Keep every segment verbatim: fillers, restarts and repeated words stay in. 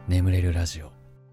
眠れるラジオ。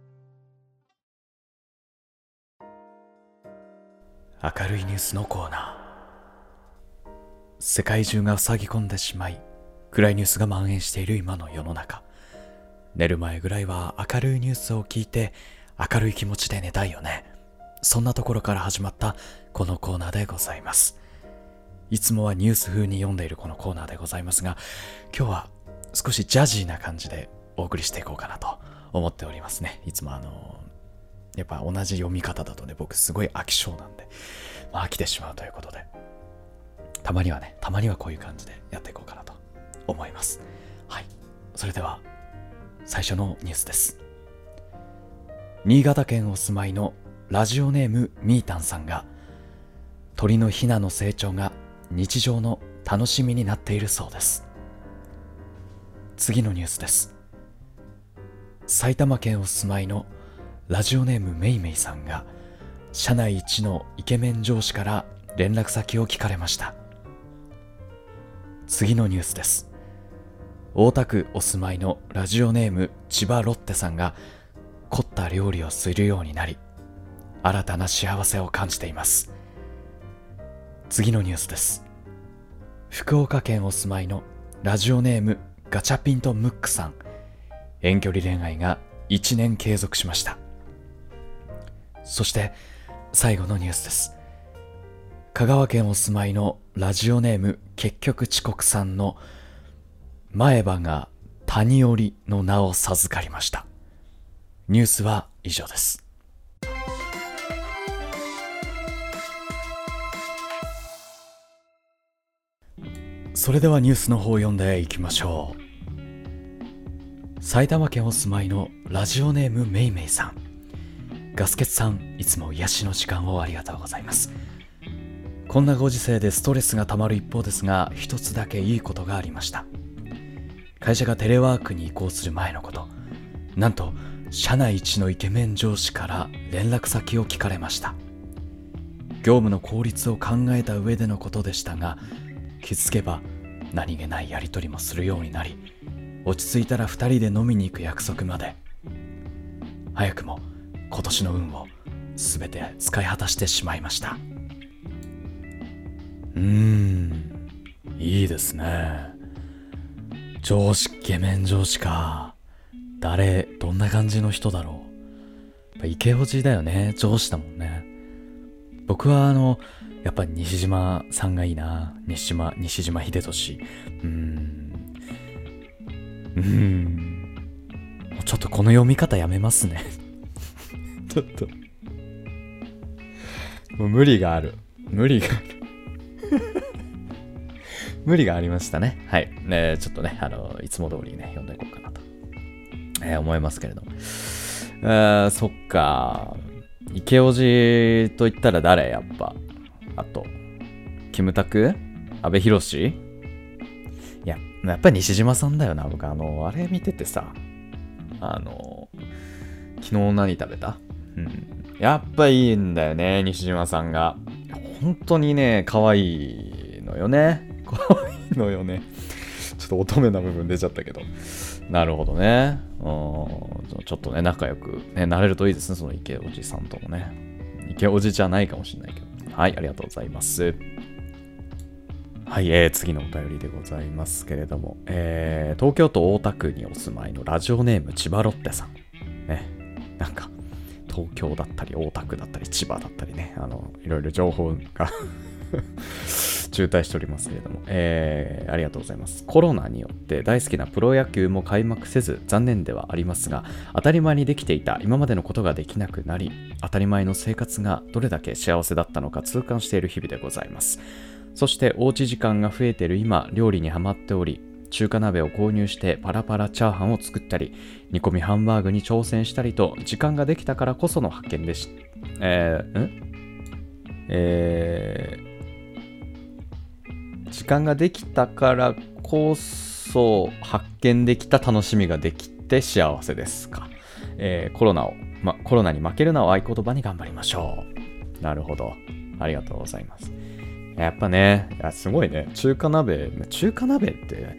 明るいニュースのコーナー。世界中が塞ぎ込んでしまい、暗いニュースが蔓延している今の世の中。寝る前ぐらいは明るいニュースを聞いて明るい気持ちで寝たいよね。そんなところから始まったこのコーナーでございます。いつもはニュース風に読んでいるこのコーナーでございますが、今日は少しジャジーな感じでお送りしていこうかなと思っておりますね。いつもあのやっぱ同じ読み方だとね、僕すごい飽き性なんで、まあ、飽きてしまうということで、たまにはねたまにはこういう感じでやっていこうかなと思います。はい、それでは最初のニュースです。新潟県お住まいのラジオネームみーたんさんが、鳥のヒナの成長が日常の楽しみになっているそうです。次のニュースです。埼玉県お住まいのラジオネームめいめいさんが、社内一のイケメン上司から連絡先を聞かれました。次のニュースです。大田区お住まいのラジオネーム千葉ロッテさんが、凝った料理をするようになり、新たな幸せを感じています。次のニュースです。福岡県お住まいのラジオネームガチャピンとムックさん、遠距離恋愛がいちねん継続しました。そして最後のニュースです。香川県お住まいのラジオネーム結局遅刻さんの、前歯が谷折の名を授かりました。ニュースは以上です。それではニュースの方を読んでいきましょう。埼玉県お住まいのラジオネームめいめいさん、ガスケツさん、いつも癒しの時間をありがとうございます。こんなご時世でストレスがたまる一方ですが、一つだけいいことがありました。会社がテレワークに移行する前のこと、なんと社内一のイケメン上司から連絡先を聞かれました。業務の効率を考えた上でのことでしたが、気づけば何気ないやり取りもするようになり、落ち着いたら二人で飲みに行く約束まで。早くも今年の運をすべて使い果たしてしまいました。うーん、いいですね。上司、イケメン上司か。誰、どんな感じの人だろう。やっぱイケオジだよね。上司だもんね。僕はあのやっぱり西島さんがいいな。西島、西島秀俊。うーん。うーん。ちょっとこの読み方やめますね。ちょっと。もう無理がある。無理がある。無理がありましたね。はい。ね、ちょっとね、あの、いつも通りね、読んでいこうかなと、えー、思いますけれども。あー、そっか。イケオジと言ったら誰やっぱ。あと、キムタク？阿部寛？いや、やっぱり西島さんだよな。僕、あの、あれ見ててさ、あの、昨日何食べた？うん。やっぱいいんだよね、西島さんが。本当にね、可愛いのよね。可愛いのよね。ちょっと乙女な部分出ちゃったけど。なるほどね。うん、ちょっとね、仲良く、ね、なれるといいですね、そのイケおじさんともね。イケおじじゃないかもしれないけど。はい、ありがとうございます。はい、えー、次のお便りでございますけれども、えー、東京都大田区にお住まいのラジオネーム千葉ロッテさん。ね、なんか、東京だったり大田区だったり千葉だったりね、あの、いろいろ情報が渋滞しておりますけれども、えー、ありがとうございます。コロナによって大好きなプロ野球も開幕せず残念ではありますが、当たり前にできていた今までのことができなくなり、当たり前の生活がどれだけ幸せだったのか痛感している日々でございます。そしておうち時間が増えている今、料理にハマっており、中華鍋を購入してパラパラチャーハンを作ったり、煮込みハンバーグに挑戦したりと、時間ができたからこその発見でし、えー、んえー時間ができたからこそ発見できた楽しみができて幸せですか。えー、コロナを、ま、コロナに負けるなを合言葉に頑張りましょう。なるほど。ありがとうございます。やっぱね、すごいね。中華鍋、中華鍋って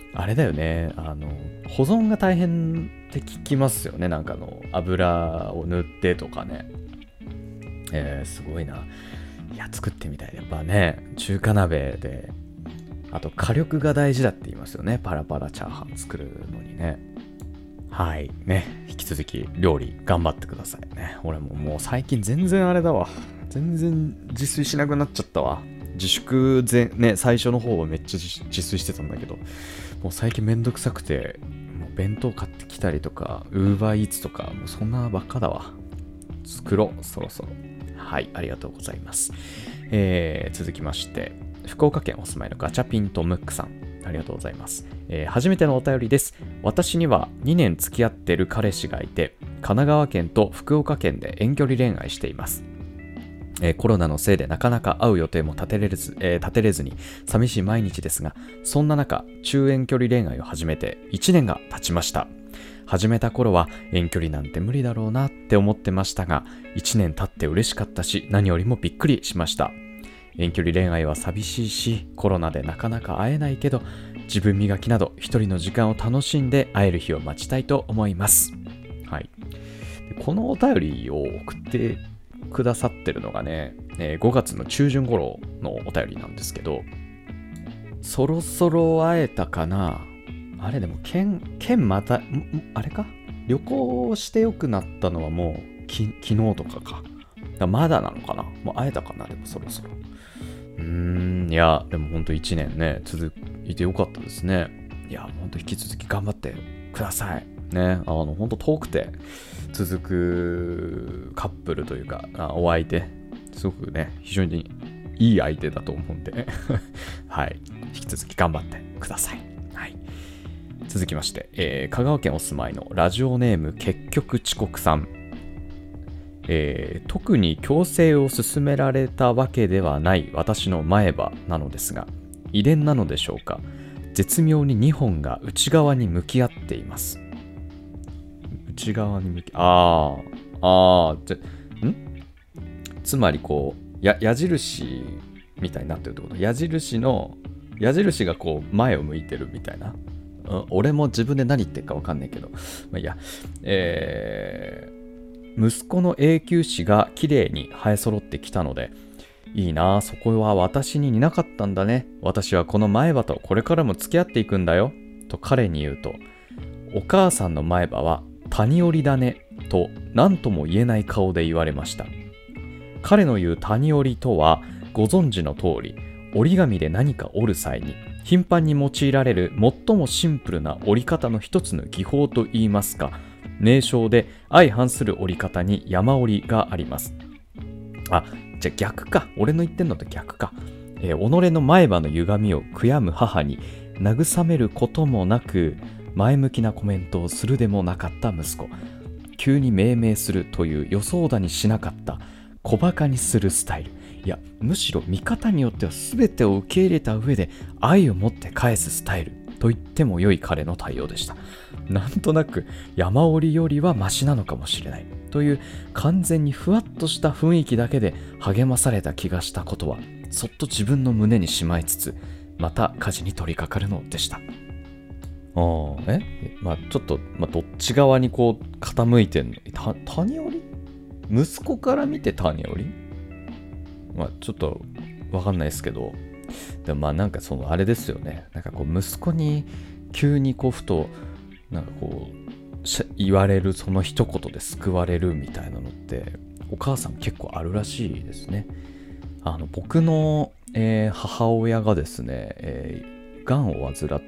あれだよね、あの保存が大変って聞きますよね。なんかあの油を塗ってとかね。えー、すごいな。いや、作ってみたい。やっぱね、中華鍋で、あと火力が大事だって言いますよね。パラパラチャーハン作るのにね。はいね、引き続き料理頑張ってくださいね。俺ももう最近全然あれだわ。全然自炊しなくなっちゃったわ。自粛前ね、最初の方はめっちゃ 自, 自炊してたんだけど、もう最近めんどくさくて、もう弁当買ってきたりとか、ウーバーイーツとか、もうそんなばっかだわ。作ろう、そろそろ。はい、ありがとうございます。えー、続きまして、福岡県お住まいのガチャピンとムックさん。ありがとうございます。えー、初めてのお便りです。私にはにねん付き合ってる彼氏がいて、神奈川県と福岡県で遠距離恋愛しています。えー、コロナのせいでなかなか会う予定も立てれず、えー、立てれずに寂しい毎日ですが、そんな中、中遠距離恋愛を始めていちねんが経ちました。始めた頃は遠距離なんて無理だろうなって思ってましたが、いちねん経って嬉しかったし、何よりもびっくりしました。遠距離恋愛は寂しいし、コロナでなかなか会えないけど、自分磨きなど一人の時間を楽しんで会える日を待ちたいと思います。はい。このお便りを送ってくださってるのがね、ごがつの中旬頃のお便りなんですけど、そろそろ会えたかな。あれでも県県またあれか旅行してよくなったのはもうき昨日とかか。まだなのかな。もう会えたかな。でもそろそろ。うーん、いや、でもほんといちねんね、続いてよかったですね。いや、ほんと引き続き頑張ってください。ね、あの、ほんと遠くて続くカップルというか、あお相手、すごくね、非常にいい相手だと思うんで、はい、引き続き頑張ってください。はい。続きまして、えー、香川県お住まいのラジオネーム結局遅刻さん。えー、特に矯正を勧められたわけではない私の前歯なのですが、遺伝なのでしょうか、絶妙ににほんが内側に向き合っています。内側に向き、あー、あー、じゃ、んつまりこう、や、矢印みたいになってるってこと。矢印の、矢印がこう前を向いてるみたいな。うん、俺も自分で何言ってるか分かんないけど、まあいいや、えー、息子の永久歯が綺麗に生え揃ってきたので、いいな、そこは私に似なかったんだね。私はこの前歯とこれからも付き合っていくんだよ。と彼に言うと、お母さんの前歯は谷折りだね。と何とも言えない顔で言われました。彼の言う谷折りとは、ご存知の通り、折り紙で何か折る際に、頻繁に用いられる最もシンプルな折り方の一つの技法といいますか、名称で相反する折り方に山折りがあります。あ、じゃあ逆か。俺の言ってんのと逆か。えー、己の前歯の歪みを悔やむ母に慰めることもなく、前向きなコメントをするでもなかった息子。急に命名するという予想だにしなかった小馬鹿にするスタイル。いや、むしろ見方によっては全てを受け入れた上で愛を持って返すスタイルと言っても良い彼の対応でした。なんとなく山折りよりはマシなのかもしれないという完全にふわっとした雰囲気だけで励まされた気がしたことは、そっと自分の胸にしまいつつ、また家事に取り掛かるのでした。ああ、えまあちょっと、まあ、どっち側にこう傾いてんの？た谷折り？息子から見て谷折り？まあちょっとわかんないですけど、でもまあなんかそのあれですよね。なんかこう息子に急にこうふとなんかこう言われるその一言で救われるみたいなのってお母さん結構あるらしいですね。あの僕の、えー、母親がですね、えー、がんを患って、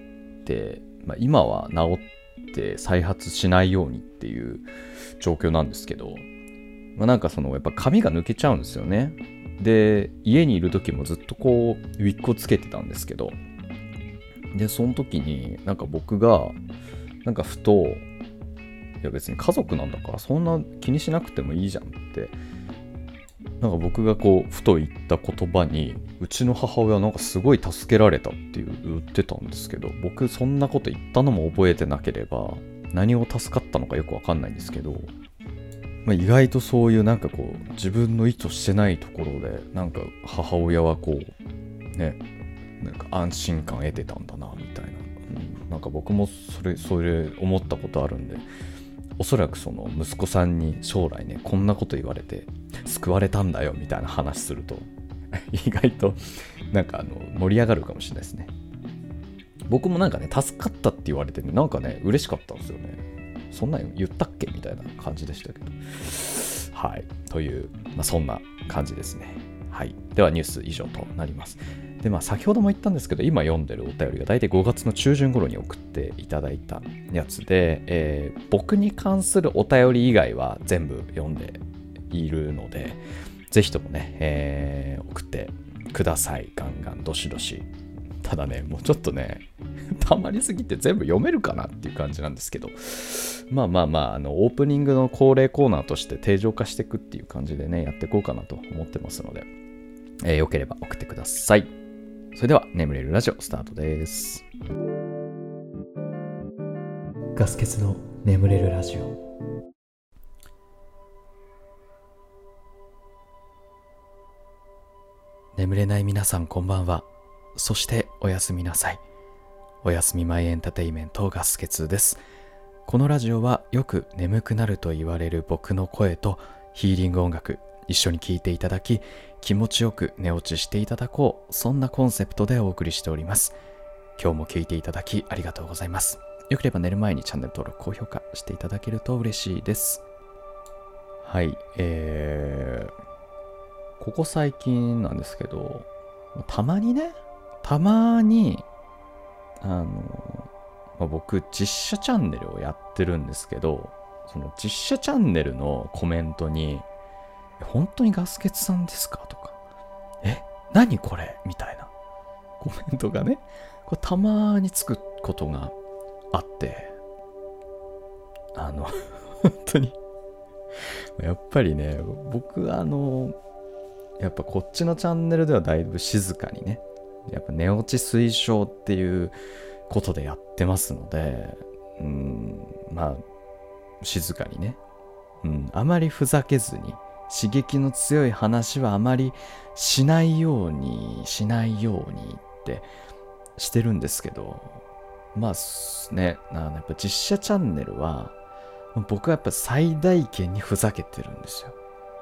まあ、今は治って再発しないようにっていう状況なんですけど、まあ、なんかそのやっぱ髪が抜けちゃうんですよね。で家にいる時もずっとこうウィッグをつけてたんですけど、でその時になんか僕がなんかふと、いや別に家族なんだからそんな気にしなくてもいいじゃんって、なんか僕がこうふと言った言葉に、うちの母親はなんかすごい助けられたっていう言ってたんですけど、僕そんなこと言ったのも覚えてなければ何を助かったのかよくわかんないんですけど、まあ、意外とそういうなんかこう自分の意図してないところでなんか母親はこうね、なんか安心感得てたんだなみたいな、うん、 なんか僕もそれそれ思ったことあるんで、おそらくその息子さんに将来ねこんなこと言われて救われたんだよみたいな話すると意外となんかあの盛り上がるかもしれないですね。僕もなんかね助かったって言われてね、なんかね嬉しかったんですよね。そんなん言ったっけみたいな感じでしたけど、はい、という、まあ、そんな感じですね。はい、ではニュース以上となります。でまあ先ほども言ったんですけど、今読んでるお便りが大体ごがつの中旬頃に送っていただいたやつで、えー、僕に関するお便り以外は全部読んでいるので、ぜひともね、えー、送ってください。ガンガンどしどし。ただね、もうちょっとねたまりすぎて全部読めるかなっていう感じなんですけど、まあまあまあ、あのオープニングの恒例コーナーとして定常化していくっていう感じでねやっていこうかなと思ってますので、えー、よければ送ってください。それでは眠れるラジオスタートです。ガス欠の眠れるラジオ。眠れない皆さんこんばんは。そしておやすみなさい。おやすみマイエンターテイメントガス欠です。このラジオはよく眠くなると言われる僕の声とヒーリング音楽一緒に聴いていただき、気持ちよく寝落ちしていただこう、そんなコンセプトでお送りしております。今日も聴いていただきありがとうございます。よければ寝る前にチャンネル登録高評価していただけると嬉しいです。はい、えー、ここ最近なんですけど、たまにねたまにあの、まあ、僕実写チャンネルをやってるんですけど、その実写チャンネルのコメントに本当にガスケツさんですかとか、え何これみたいなコメントがねこれたまにつくことがあって、あの本当にやっぱりね僕あのやっぱこっちのチャンネルではだいぶ静かにね、やっぱ寝落ち推奨っていうことでやってますので、うーんまあ静かにね、うん、あまりふざけずに刺激の強い話はあまりしないようにしないようにってしてるんですけど、まあね、やっぱ実写チャンネルは僕はやっぱ最大限にふざけてるんですよ。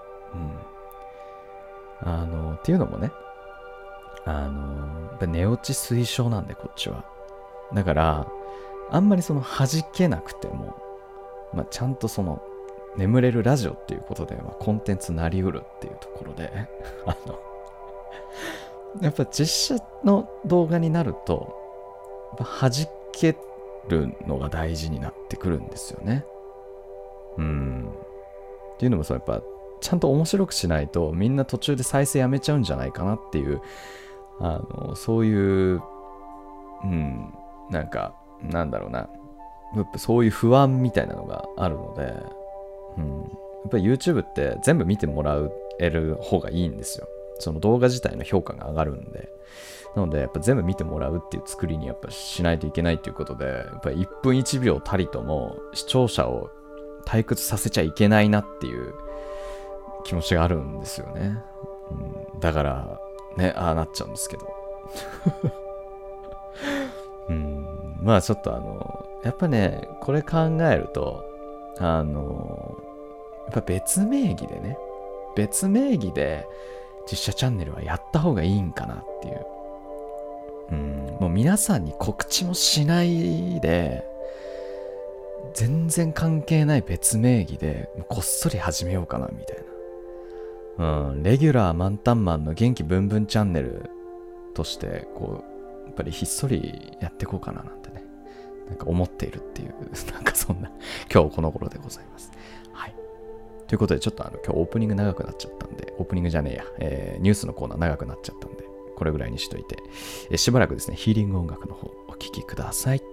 うん。あのっていうのもね、あのやっぱ寝落ち推奨なんでこっちは。だからあんまりその弾けなくても、まあ、ちゃんとその眠れるラジオっていうことで、まあ、コンテンツなりうるっていうところであのやっぱ実写の動画になるとやっぱ弾けるのが大事になってくるんですよね。うんっていうのもそうやっぱちゃんと面白くしないとみんな途中で再生やめちゃうんじゃないかなっていう、あのそういううんなんかなんだろうな、やっぱそういう不安みたいなのがあるので、うん、やっぱり YouTube って全部見てもらえる方がいいんですよ。その動画自体の評価が上がるんで。なのでやっぱ全部見てもらうっていう作りにやっぱしないといけないということで、やっぱりいっぷんいちびょうたりとも視聴者を退屈させちゃいけないなっていう気持ちがあるんですよね。うん、だからね、ああなっちゃうんですけど。うん、まあちょっとあのやっぱねこれ考えるとあのやっぱ別名義でね別名義で実写チャンネルはやった方がいいんかなっていう、うん、もう皆さんに告知もしないで全然関係ない別名義でこっそり始めようかなみたいな、うん、レギュラー満タンマンの元気ブンブンチャンネルとしてこうやっぱりひっそりやっていこうかななんてね、なんか思っているっていうなんかそんな今日この頃でございます。はい。ということでちょっとあの今日オープニング長くなっちゃったんで、オープニングじゃねえや、えー、ニュースのコーナー長くなっちゃったんで、これぐらいにしといて、えー、しばらくですねヒーリング音楽の方お聴きください。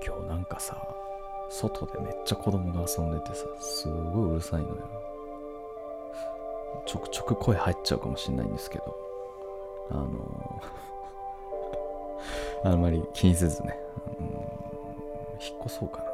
今日なんかさ、外でめっちゃ子供が遊んでてさ、すごいうるさいのよ。ちょくちょく声入っちゃうかもしれないんですけど、あのあんまり気にせずね、うん、引っ越そうかな。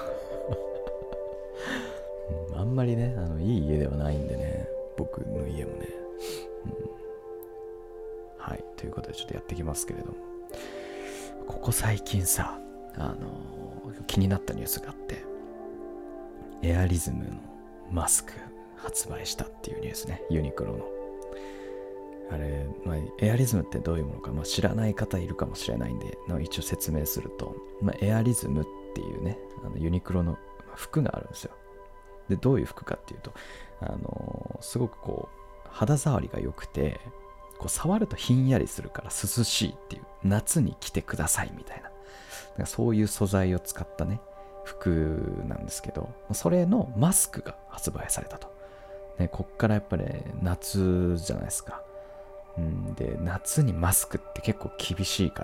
あんまりね、あのいい家ではないんでね、僕の家もね、うん、はいということでちょっとやってきますけれども、ここ最近さ、あの気になったニュースがあって、エアリズムのマスク発売したっていうニュースね、ユニクロの。あれ、まあ、エアリズムってどういうものか、まあ、知らない方いるかもしれないんで、一応説明すると、まあ、エアリズムっていうね、あのユニクロの服があるんですよ。で、どういう服かっていうと、あのー、すごくこう、肌触りが良くて、こう触るとひんやりするから涼しいっていう、夏に着てくださいみたいな、なんかそういう素材を使ったね、服なんですけど、それのマスクが発売されたと。ね、こっからやっぱり、ね、夏じゃないですか。うん、で、夏にマスクって結構厳しいから、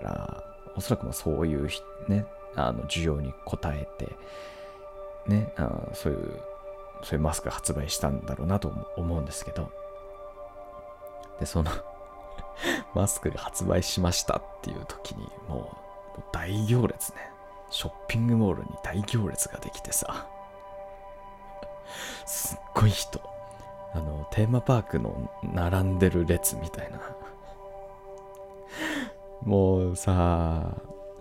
おそらくもそういうね、あの需要に応えて、ね、あそういう、そういうマスク発売したんだろうなと思うんですけど、で、そのマスクが発売しましたっていう時にもう、もう大行列ね。ショッピングモールに大行列ができてさ、すっごい人。あの、テーマパークの並んでる列みたいな。もうさ、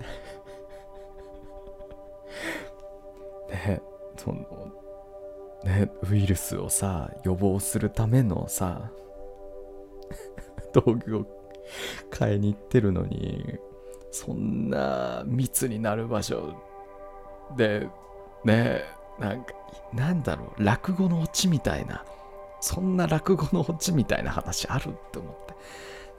ね、その、ね、ウイルスをさ、予防するためのさ、道具を買いに行ってるのに、そんな密になる場所で、ね、なんか、なんだろう、落語のオチみたいな、そんな落語のオチみたいな話あるって思って、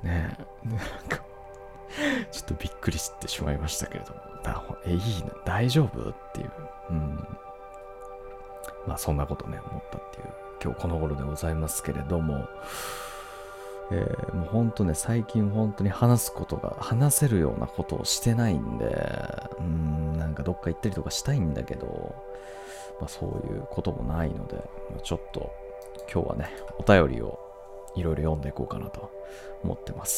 ね、なんか、ちょっとびっくりしてしまいましたけれども、だえ、いいの大丈夫っていう、うん。まあ、そんなことね、思ったっていう、今日この頃でございますけれども、えー、もうほんとね、最近本当に話すことが、話せるようなことをしてないんで、うーん、なんかどっか行ったりとかしたいんだけど、まあそういうこともないので、ちょっと今日はね、お便りをいろいろ読んでいこうかなと思ってます。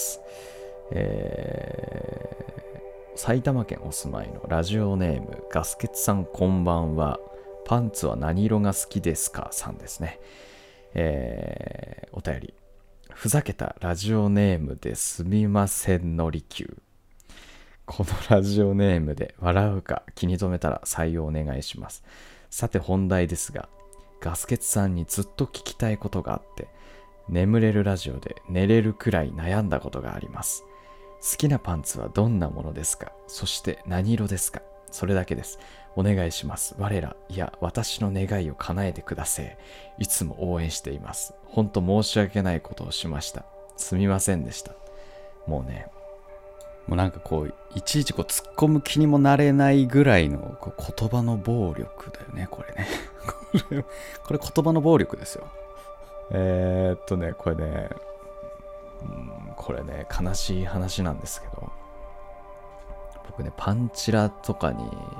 えー、埼玉県お住まいのラジオネーム、ガスケツさんこんばんは。パンツは何色が好きですかさんですね。えー、お便り。ふざけたラジオネームですみませんのりきゅう。このラジオネームで笑うか気に留めたら採用お願いします。さて本題ですが、ガスケツさんにずっと聞きたいことがあって、眠れるラジオで寝れるくらい悩んだことがあります。好きなパンツはどんなものですか？そして何色ですか？それだけです。お願いします。我ら、いや、私の願いを叶えてください。いつも応援しています。ほんと申し訳ないことをしました。すみませんでした。もうね、もうなんかこう、いちいちこう突っ込む気にもなれないぐらいのこう言葉の暴力だよね、これね。これ、これ言葉の暴力ですよ。えーっとね、これね、うん、これね、悲しい話なんですけど、僕ね、パンチラとかに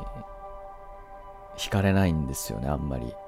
惹かれないんですよね、あんまり。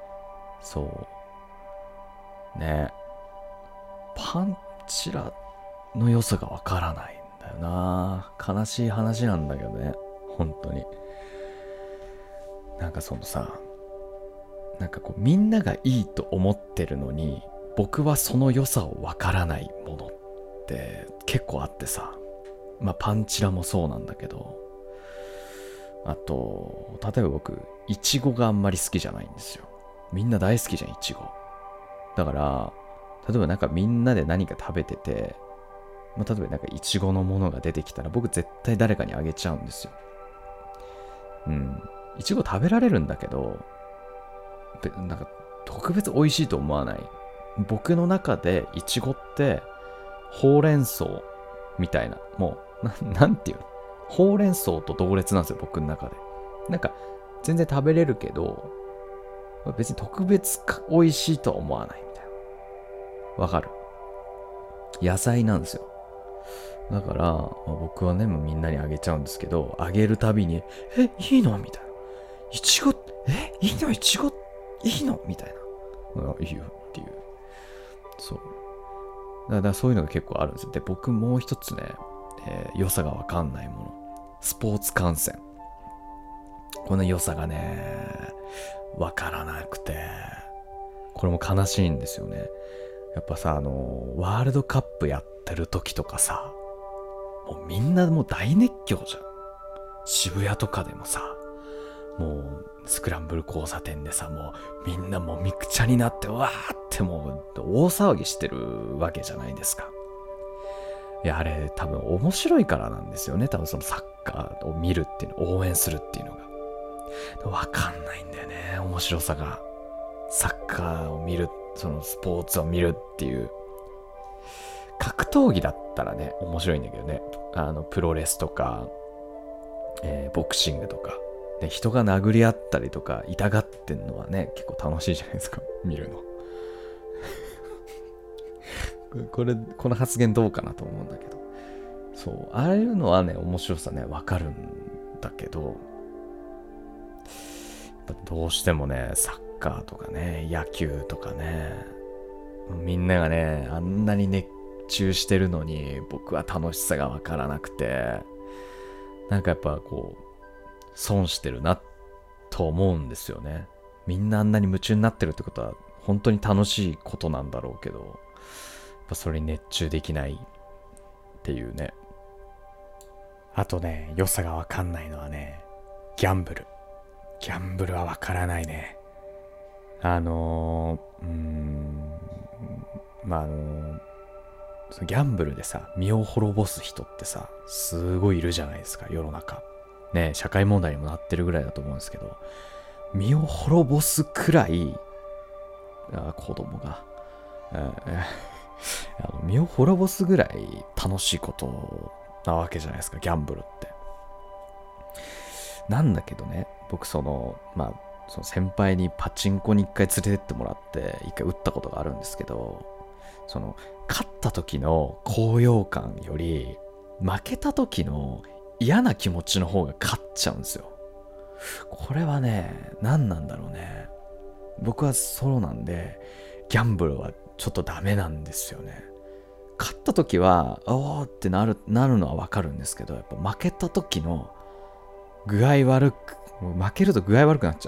そうね、パンチラの良さがわからないんだよな。悲しい話なんだけどね、本当に。なんかそのさ、なんかこうみんながいいと思ってるのに、僕はその良さをわからないものって結構あってさ、まあパンチラもそうなんだけど、あと例えば僕イチゴがあんまり好きじゃないんですよ。みんな大好きじゃん、イチゴ。だから例えばなんかみんなで何か食べてて、まあ、例えばなんかイチゴのものが出てきたら僕絶対誰かにあげちゃうんですよ。うん。イチゴ食べられるんだけど、なんか特別美味しいと思わない。僕の中でイチゴってほうれん草みたいな、もう な, なんていうの、ほうれん草と同列なんですよ、僕の中で。なんか全然食べれるけど、別に特別美味しいとは思わないみたいな。わかる？野菜なんですよ。 だから、まあ僕はね、もうみんなにあげちゃうんですけど、あげるたびに、え、いいのみたいな。いちご、え、いいのいちご、いいのみたいな。あ、いいよっていう。そう。だからそういうのが結構あるんですよ。で、僕もう一つね、えー良さがわかんないもの。スポーツ観戦。この良さがね、わからなくて、これも悲しいんですよね。やっぱさ、あの、ワールドカップやってる時とかさ、もうみんなもう大熱狂じゃん。渋谷とかでもさ、もうスクランブル交差点でさ、もうみんなもうみくちゃになって、わーってもう大騒ぎしてるわけじゃないですか。いや、あれ多分面白いからなんですよね。多分そのサッカーを見るっていうの、応援するっていうのが。わかんないんだよね、面白さが。サッカーを見る、そのスポーツを見るっていう。格闘技だったらね、面白いんだけどね。あの、プロレスとか、えーボクシングとか。で、人が殴り合ったりとか、痛がってんのはね、結構楽しいじゃないですか、見るの。これ、この発言どうかなと思うんだけど。そう、ああいうのはね、面白さね、わかるんだけど、やっぱどうしてもね、サッカーとかね、野球とかね、みんながね、あんなに熱中してるのに、僕は楽しさがわからなくて、なんかやっぱこう、損してるなと思うんですよね。みんなあんなに夢中になってるってことは、本当に楽しいことなんだろうけど、やっぱそれに熱中できないっていうね。あとね、良さがわかんないのはね、ギャンブル。ギャンブルはわからないね。あのー、うーん、まあ、あのー、そのギャンブルでさ、身を滅ぼす人ってさ、すごいいるじゃないですか、世の中。ね、社会問題にもなってるぐらいだと思うんですけど、身を滅ぼすくらい、あ、子供が、あの身を滅ぼすぐらい楽しいことなわけじゃないですか、ギャンブルって。なんだけどね、僕その、まあ、その先輩にパチンコに一回連れてってもらって、一回打ったことがあるんですけど、その、勝った時の高揚感より、負けた時の嫌な気持ちの方が勝っちゃうんですよ。これはね、何なんだろうね。僕はそうなんで、ギャンブルはちょっとダメなんですよね。勝った時は、おーってなる、なるのはわかるんですけど、やっぱ負けた時の具合悪く、もう負けると具合悪くなっちゃ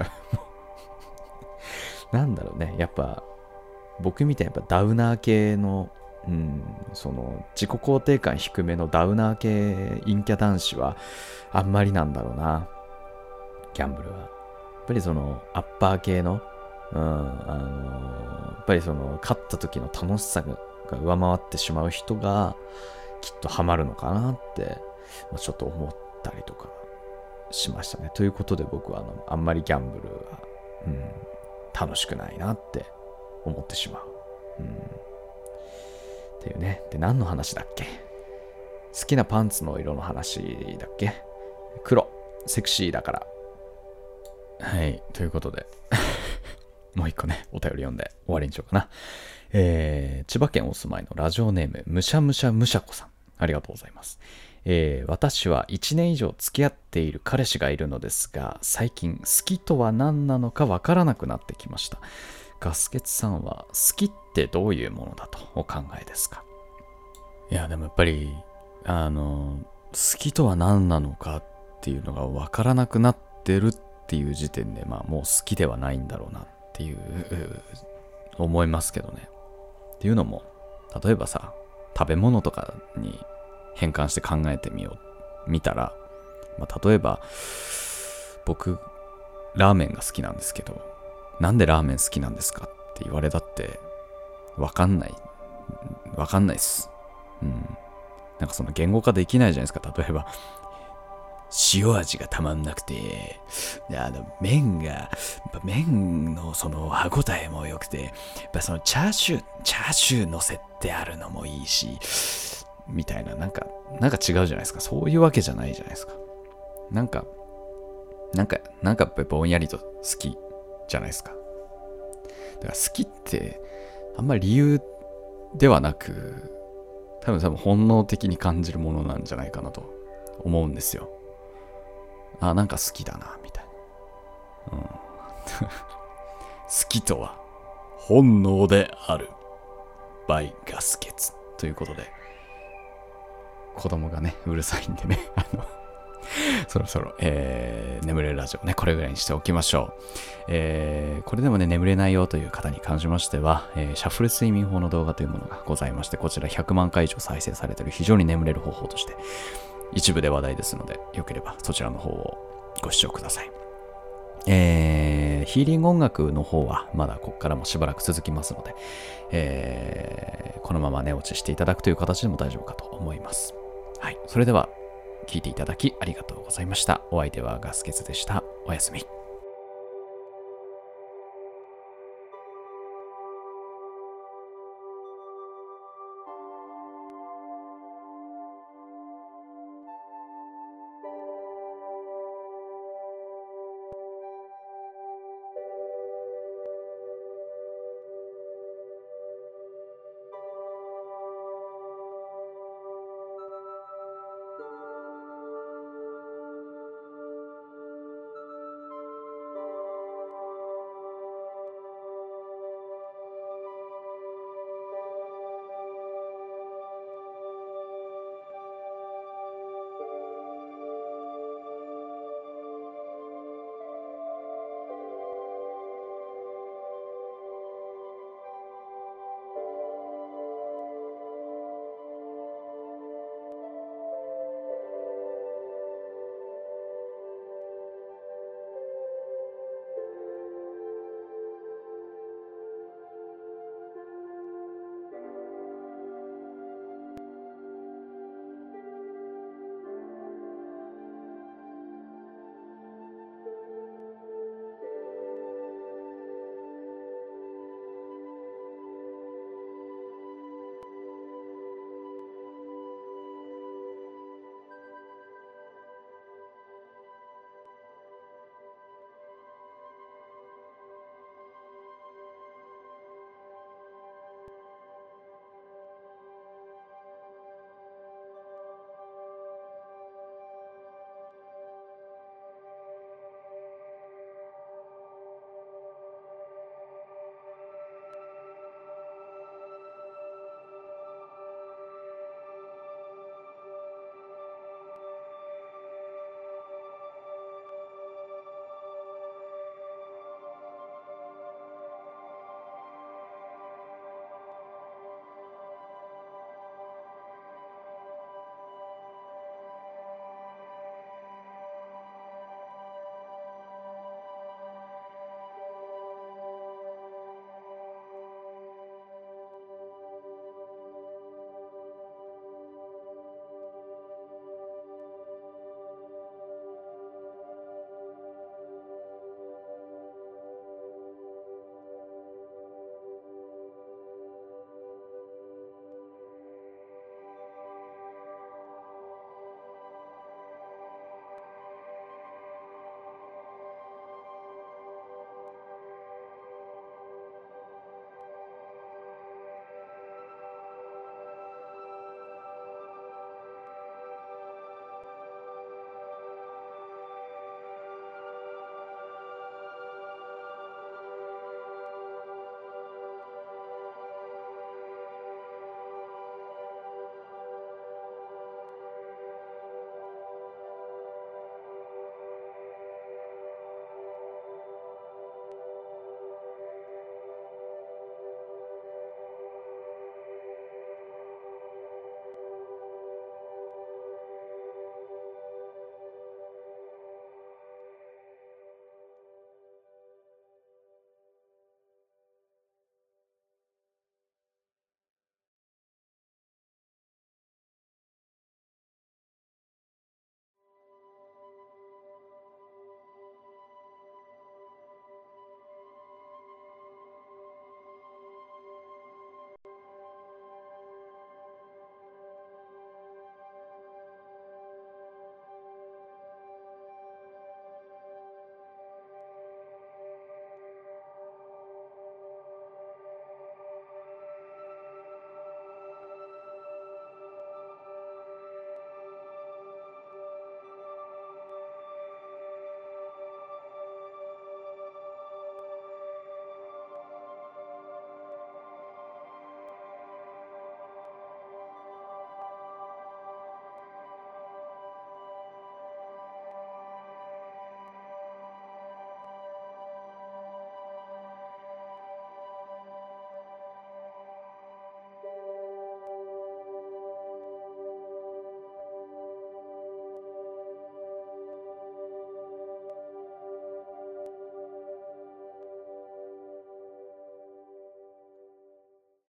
う。なんだろうね。やっぱ、僕みたいにやっぱダウナー系の、うん、その自己肯定感低めのダウナー系陰キャ男子はあんまりなんだろうな。ギャンブルは。やっぱりそのアッパー系の、うん、あのやっぱりその勝った時の楽しさが上回ってしまう人がきっとハマるのかなってちょっと思ったりとかしましたね。ということで僕はあのあんまりギャンブルは、うん、楽しくないなって思ってしまう。うん、っていうね。で、何の話だっけ？好きなパンツの色の話だっけ？黒。セクシーだから。はい。ということで。もう一個ね、お便り読んで終わりにしようかな。えー、千葉県お住まいのラジオネーム、むしゃむしゃむしゃこさん。ありがとうございます。えー、私はいちねん以上付き合っている彼氏がいるのですが、最近好きとは何なのかわからなくなってきました。ガスケツさんは好きってどういうものだとお考えですか？いや、でもやっぱり、あの、好きとは何なのかっていうのがわからなくなってるっていう時点で、まあもう好きではないんだろうなっていう、思いますけどね。っていうのも、例えばさ、食べ物とかに変換して考えてみよう、見たら、まあ例えば、僕、ラーメンが好きなんですけど、なんでラーメン好きなんですかって言われたって、わかんない。わかんないっす。うん。なんかその言語化できないじゃないですか。例えば、塩味がたまんなくて、あの、麺が、やっぱ麺のその歯ごたえも良くて、やっぱそのチャーシュー、チャーシュー乗せてあるのもいいし、みたいな、なんか、なんか違うじゃないですか。そういうわけじゃないじゃないですか。なんか、なんか、なんかやっぱぼんやりと好きじゃないですか。だから好きって、あんまり理由ではなく、 多分多分本能的に感じるものなんじゃないかなと思うんですよ。あ、なんか好きだなみたいな、うん、好きとは本能である by ガスケツということで、子供がねうるさいんでねあのそろそろ、えー、眠れるラジオねこれぐらいにしておきましょう。えー、これでもね眠れないよという方に関しましては、えー、シャッフル睡眠法の動画というものがございまして、こちらひゃくまんかい以上再生されている非常に眠れる方法として一部で話題ですので、よければそちらの方をご視聴ください。えー、ヒーリング音楽の方はまだここからもしばらく続きますので、えー、このまま寝落ちしていただくという形でも大丈夫かと思います。はい、それでは聞いていただきありがとうございました。お相手はガスケツでした。おやすみ。